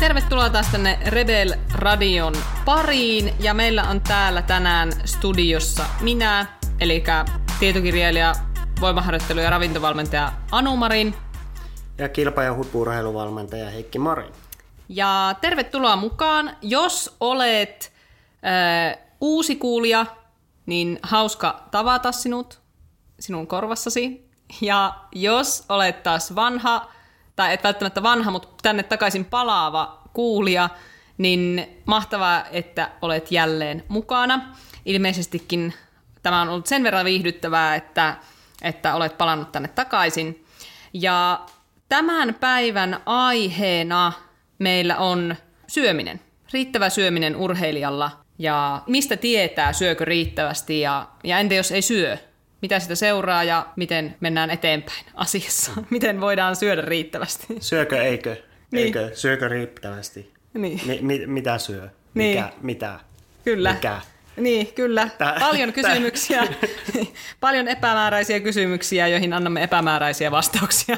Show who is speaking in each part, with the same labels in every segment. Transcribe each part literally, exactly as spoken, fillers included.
Speaker 1: Tervetuloa taas tänne Rebel Radion pariin ja meillä on täällä tänään studiossa minä, eli tietokirjailija, voimaharjoittelu- ja ravintovalmentaja Anu Marin.
Speaker 2: Ja kilpa- ja huippu-urheiluvalmentaja Heikki Marin.
Speaker 1: Ja tervetuloa mukaan. Jos olet äh, uusi kuulija, niin hauska tavata sinut, sinun korvassasi. Ja jos olet taas vanha, tai et välttämättä vanha, mutta tänne takaisin palaava kuulija, niin mahtavaa, että olet jälleen mukana. Ilmeisestikin tämä on ollut sen verran viihdyttävää, että, että olet palannut tänne takaisin. Ja tämän päivän aiheena meillä on syöminen. Riittävä syöminen urheilijalla. Ja mistä tietää, syökö riittävästi ja, ja entä jos ei syö? Mitä sitä seuraa ja miten mennään eteenpäin asiassa? Miten voidaan syödä riittävästi?
Speaker 2: Syökö, eikö?
Speaker 1: Niin.
Speaker 2: Eikö? Syökö riittävästi?
Speaker 1: Niin.
Speaker 2: Mi- mi- mitä syö?
Speaker 1: Niin.
Speaker 2: Mikä? Mitä?
Speaker 1: Kyllä.
Speaker 2: Mikä?
Speaker 1: Niin, kyllä.
Speaker 2: Tää,
Speaker 1: Paljon kysymyksiä, paljon epämääräisiä kysymyksiä, joihin annamme epämääräisiä vastauksia.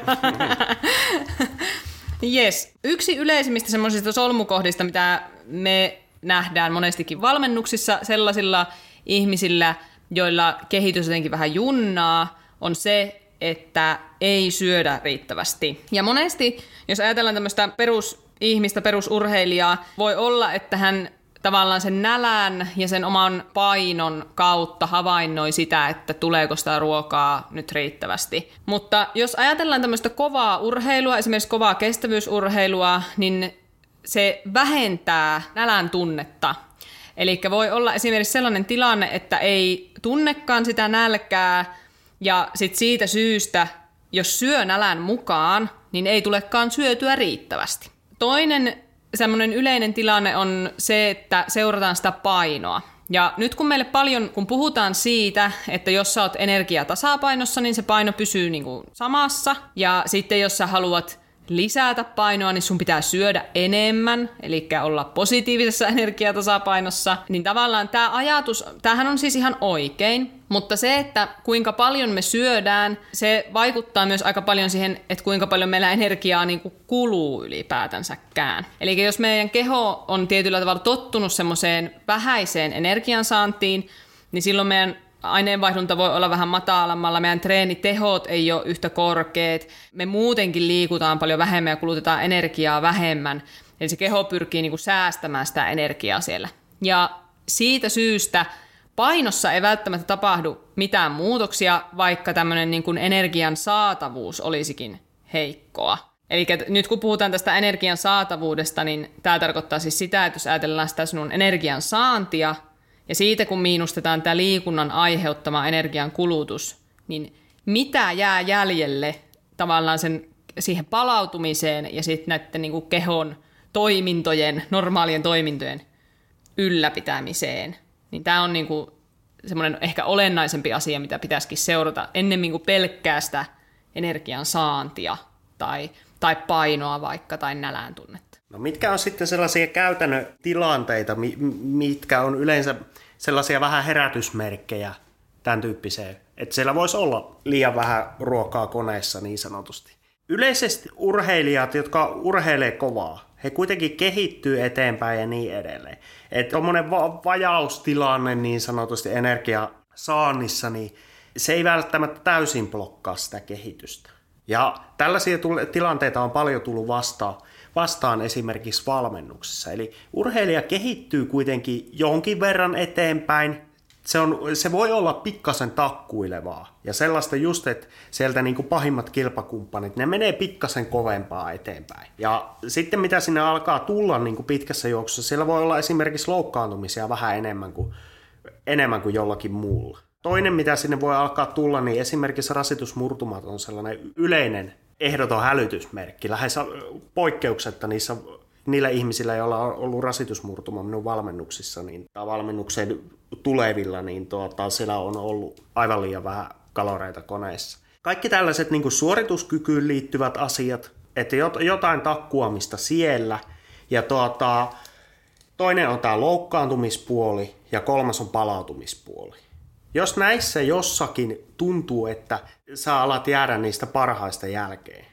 Speaker 1: Yes. Yksi yleisimmistä semmoisista solmukohdista, mitä me nähdään monestikin valmennuksissa sellaisilla ihmisillä, joilla kehitys jotenkin vähän junnaa, on se, että ei syödä riittävästi. Ja monesti, jos ajatellaan tämmöistä perusihmistä, perusurheilijaa, voi olla, että hän tavallaan sen nälän ja sen oman painon kautta havainnoi sitä, että tuleeko sitä ruokaa nyt riittävästi. Mutta jos ajatellaan tämmöistä kovaa urheilua, esimerkiksi kovaa kestävyysurheilua, niin se vähentää nälän tunnetta. Eli voi olla esimerkiksi sellainen tilanne, että ei tunnekaan sitä nälkää ja sit siitä syystä, jos syö nälän mukaan, niin ei tulekaan syötyä riittävästi. Toinen semmoinen yleinen tilanne on se, että seurataan sitä painoa. Ja nyt kun meille paljon, kun puhutaan siitä, että jos sä oot energiatasapainossa, niin se paino pysyy niin kuin samassa. Ja sitten jos sä haluat lisätä painoa, niin sun pitää syödä enemmän, eli olla positiivisessa energiatasapainossa, niin tavallaan tämä ajatus, tämähän on siis ihan oikein, mutta se, että kuinka paljon me syödään, se vaikuttaa myös aika paljon siihen, että kuinka paljon meillä energiaa niin kuin kuluu ylipäätänsäkään. Eli jos meidän keho on tietyllä tavalla tottunut semmoiseen vähäiseen energiansaantiin, niin silloin meidän aineenvaihdunta voi olla vähän matalammalla, meidän treenitehot ei ole yhtä korkeat, me muutenkin liikutaan paljon vähemmän ja kulutetaan energiaa vähemmän, eli se keho pyrkii niin kuin säästämään sitä energiaa siellä. Ja siitä syystä painossa ei välttämättä tapahdu mitään muutoksia, vaikka tämmöinen niin kuin energian saatavuus olisikin heikkoa. Eli nyt kun puhutaan tästä energian saatavuudesta, niin tämä tarkoittaa siis sitä, että jos ajatellaan sitä sinun energian saantia, ja siitä kun miinustetaan tämä liikunnan aiheuttama energian kulutus, niin mitä jää jäljelle tavallaan sen, siihen palautumiseen ja sitten näiden niin kuin kehon toimintojen, normaalien toimintojen ylläpitämiseen. Niin tämä on niin kuin semmoinen ehkä olennaisempi asia, mitä pitäisikin seurata ennemmin kuin pelkkää sitä energian saantia tai, tai painoa vaikka tai nälän tunnetta.
Speaker 2: No mitkä on sitten sellaisia käytännön tilanteita, mitkä on yleensä sellaisia vähän herätysmerkkejä tämän tyyppiseen, että siellä voisi olla liian vähän ruokaa koneessa niin sanotusti. Yleisesti urheilijat, jotka urheilee kovaa, he kuitenkin kehittyy eteenpäin ja niin edelleen. Että tuommoinen va- vajaustilanne niin sanotusti energiasaannissa, niin se ei välttämättä täysin blokkaa sitä kehitystä. Ja tällaisia tule- tilanteita on paljon tullut vastaan. vastaan esimerkiksi valmennuksessa. Eli urheilija kehittyy kuitenkin jonkin verran eteenpäin. Se, on, se voi olla pikkasen takkuilevaa. Ja sellaista just, että sieltä niin kuin pahimmat kilpakumppanit, ne menee pikkasen kovempaa eteenpäin. Ja sitten mitä sinne alkaa tulla niin kuin pitkässä juoksussa, siellä voi olla esimerkiksi loukkaantumisia vähän enemmän kuin, enemmän kuin jollakin muulla. Toinen, mitä sinne voi alkaa tulla, niin esimerkiksi rasitusmurtumat on sellainen yleinen ehdoton hälytysmerkki. Lähes poikkeuksetta niissä, niillä ihmisillä, joilla on ollut rasitusmurtuma minun valmennuksissa, niin, tai valmennuksen tulevilla, niin tuota, siellä on ollut aivan liian vähän kaloreita koneessa. Kaikki tällaiset niin kuin suorituskykyyn liittyvät asiat, että jotain takkuamista siellä, ja tuota, toinen on tämä loukkaantumispuoli, ja kolmas on palautumispuoli. Jos näissä jossakin tuntuu, että sä alat jäädä niistä parhaista jälkeen,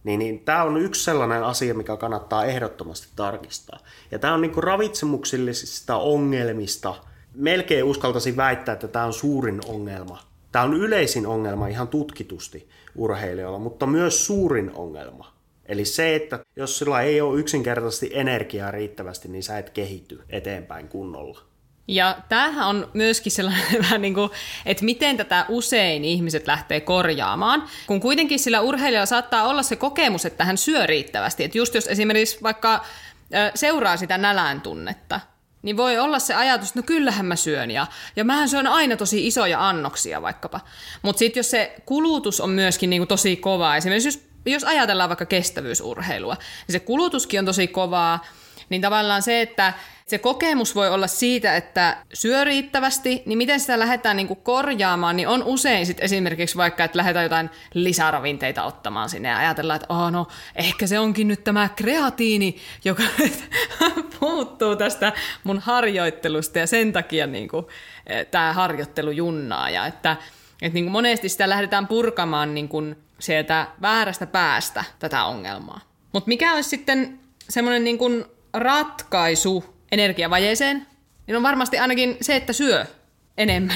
Speaker 2: Niin, niin tämä on yksi sellainen asia, mikä kannattaa ehdottomasti tarkistaa. Ja tämä on niin kuin ravitsemuksellisista ongelmista. Melkein uskaltaisin väittää, että tämä on suurin ongelma. Tämä on yleisin ongelma ihan tutkitusti urheilijoilla, mutta myös suurin ongelma. Eli se, että jos sulla ei ole yksinkertaisesti energiaa riittävästi, niin sä et kehity eteenpäin kunnolla.
Speaker 1: Ja tämähän on myöskin sellainen vähän niin kuin, että miten tätä usein ihmiset lähtee korjaamaan, kun kuitenkin sillä urheilijalla saattaa olla se kokemus, että hän syö riittävästi. Että just jos esimerkiksi vaikka seuraa sitä nälän tunnetta, niin voi olla se ajatus, että no kyllähän mä syön ja, ja mähän syön aina tosi isoja annoksia vaikkapa. Mutta sitten jos se kulutus on myöskin niin kuin tosi kovaa, esimerkiksi jos, jos ajatellaan vaikka kestävyysurheilua, niin se kulutuskin on tosi kovaa, niin tavallaan se, että se kokemus voi olla siitä, että syö riittävästi, niin miten sitä lähdetään niin kuin korjaamaan, niin on usein sit esimerkiksi vaikka, että lähdetään jotain lisäravinteita ottamaan sinne ja ajatellaan, että oh, no ehkä se onkin nyt tämä kreatiini, joka puuttuu tästä mun harjoittelusta ja sen takia niin kuin, tämä harjoittelu junnaa. Ja että, että niin kuin monesti sitä lähdetään purkamaan niin kuin sieltä väärästä päästä tätä ongelmaa. Mutta mikä olisi sitten semmoinen niin kuin ratkaisu energiavajeeseen, niin on varmasti ainakin se, että syö enemmän.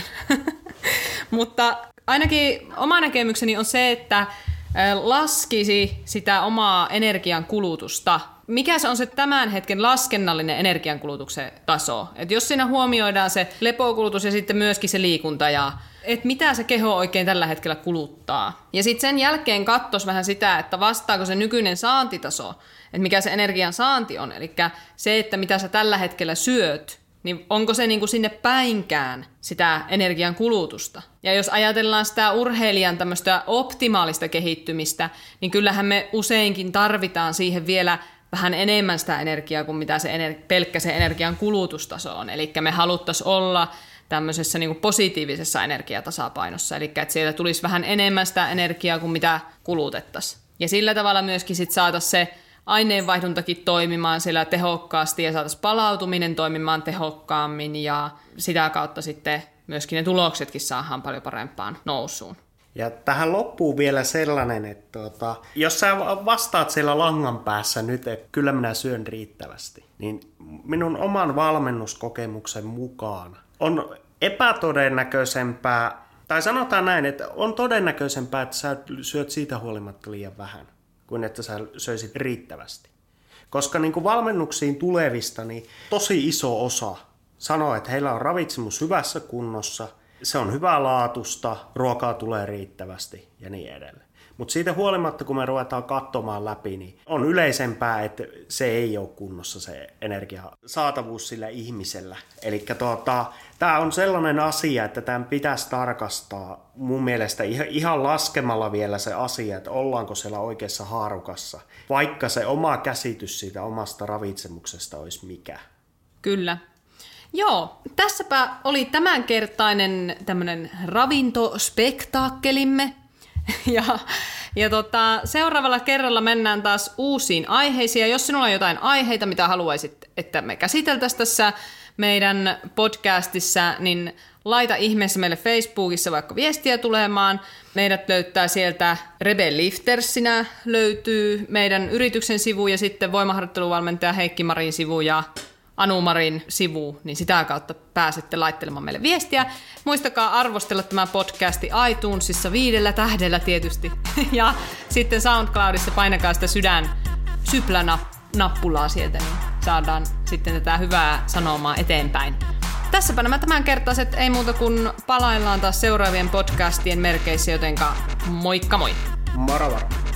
Speaker 1: Mutta ainakin oma näkemykseni on se, että laskisi sitä omaa energian kulutusta. Mikä se on se tämän hetken laskennallinen energiankulutuksen taso? Et jos siinä huomioidaan se lepokulutus ja sitten myöskin se liikunta ja että mitä se keho oikein tällä hetkellä kuluttaa. Ja sitten sen jälkeen katsoisi vähän sitä, että vastaako se nykyinen saantitaso, että mikä se energian saanti on. Eli se, että mitä sä tällä hetkellä syöt, niin onko se niin kuin sinne päinkään sitä energian kulutusta. Ja jos ajatellaan sitä urheilijan tämmöistä optimaalista kehittymistä, niin kyllähän me useinkin tarvitaan siihen vielä vähän enemmän sitä energiaa kuin mitä se ener- pelkkä se energian kulutustaso on. Eli me haluttaisiin olla tämmöisessä niin kuin positiivisessa energiatasapainossa, eli että siellä tulisi vähän enemmän sitä energiaa kuin mitä kulutettaisiin. Ja sillä tavalla myöskin sit saataisiin se aineenvaihduntakin toimimaan siellä tehokkaasti ja saataisiin palautuminen toimimaan tehokkaammin ja sitä kautta sitten myöskin ne tuloksetkin saadaan paljon parempaan nousuun.
Speaker 2: Ja tähän loppuu vielä sellainen, että tuota, jos sä vastaat siellä langan päässä nyt, että kyllä minä syön riittävästi, niin minun oman valmennuskokemuksen mukaan on epätodennäköisempää, tai sanotaan näin, että on todennäköisempää, että sä syöt siitä huolimatta liian vähän, kuin että sä söisit riittävästi. Koska niin kuin valmennuksiin tulevista, niin tosi iso osa sanoo, että heillä on ravitsemus hyvässä kunnossa, se on hyvälaatusta, ruokaa tulee riittävästi ja niin edelleen. Mutta siitä huolimatta, kun me ruvetaan katsomaan läpi, niin on yleisempää, että se ei ole kunnossa se energiasaatavuus sillä ihmisellä. Eli tuota, tämä on sellainen asia, että tämän pitäisi tarkastaa mun mielestä ihan laskemalla vielä se asia, että ollaanko siellä oikeassa haarukassa, vaikka se oma käsitys siitä omasta ravitsemuksesta olisi mikä.
Speaker 1: Kyllä. Joo, tässäpä oli tämänkertainen tämmöinen ravintospektaakkelimme. Ja, ja tota, seuraavalla kerralla mennään taas uusiin aiheisiin. Ja jos sinulla on jotain aiheita, mitä haluaisit, että me käsiteltäisiin tässä meidän podcastissa, niin laita ihmeessä meille Facebookissa vaikka viestiä tulemaan. Meidät löytää sieltä Rebel Liftersinä, löytyy meidän yrityksen sivu ja sitten voimaharjoitteluvalmentaja Heikki Marin sivu ja Anu Marin sivu, niin sitä kautta pääsette laittelemaan meille viestiä. Muistakaa arvostella tämä podcasti iTunesissa viidellä tähdellä tietysti. Ja sitten SoundCloudissa painakaa sitä sydän syplä-nappulaa sieltä, niin saadaan sitten tätä hyvää sanomaa eteenpäin. Tässäpä nämä tämänkertaiset, ei muuta kuin palaillaan taas seuraavien podcastien merkeissä, jotenka moikka moi!
Speaker 2: Moro moro!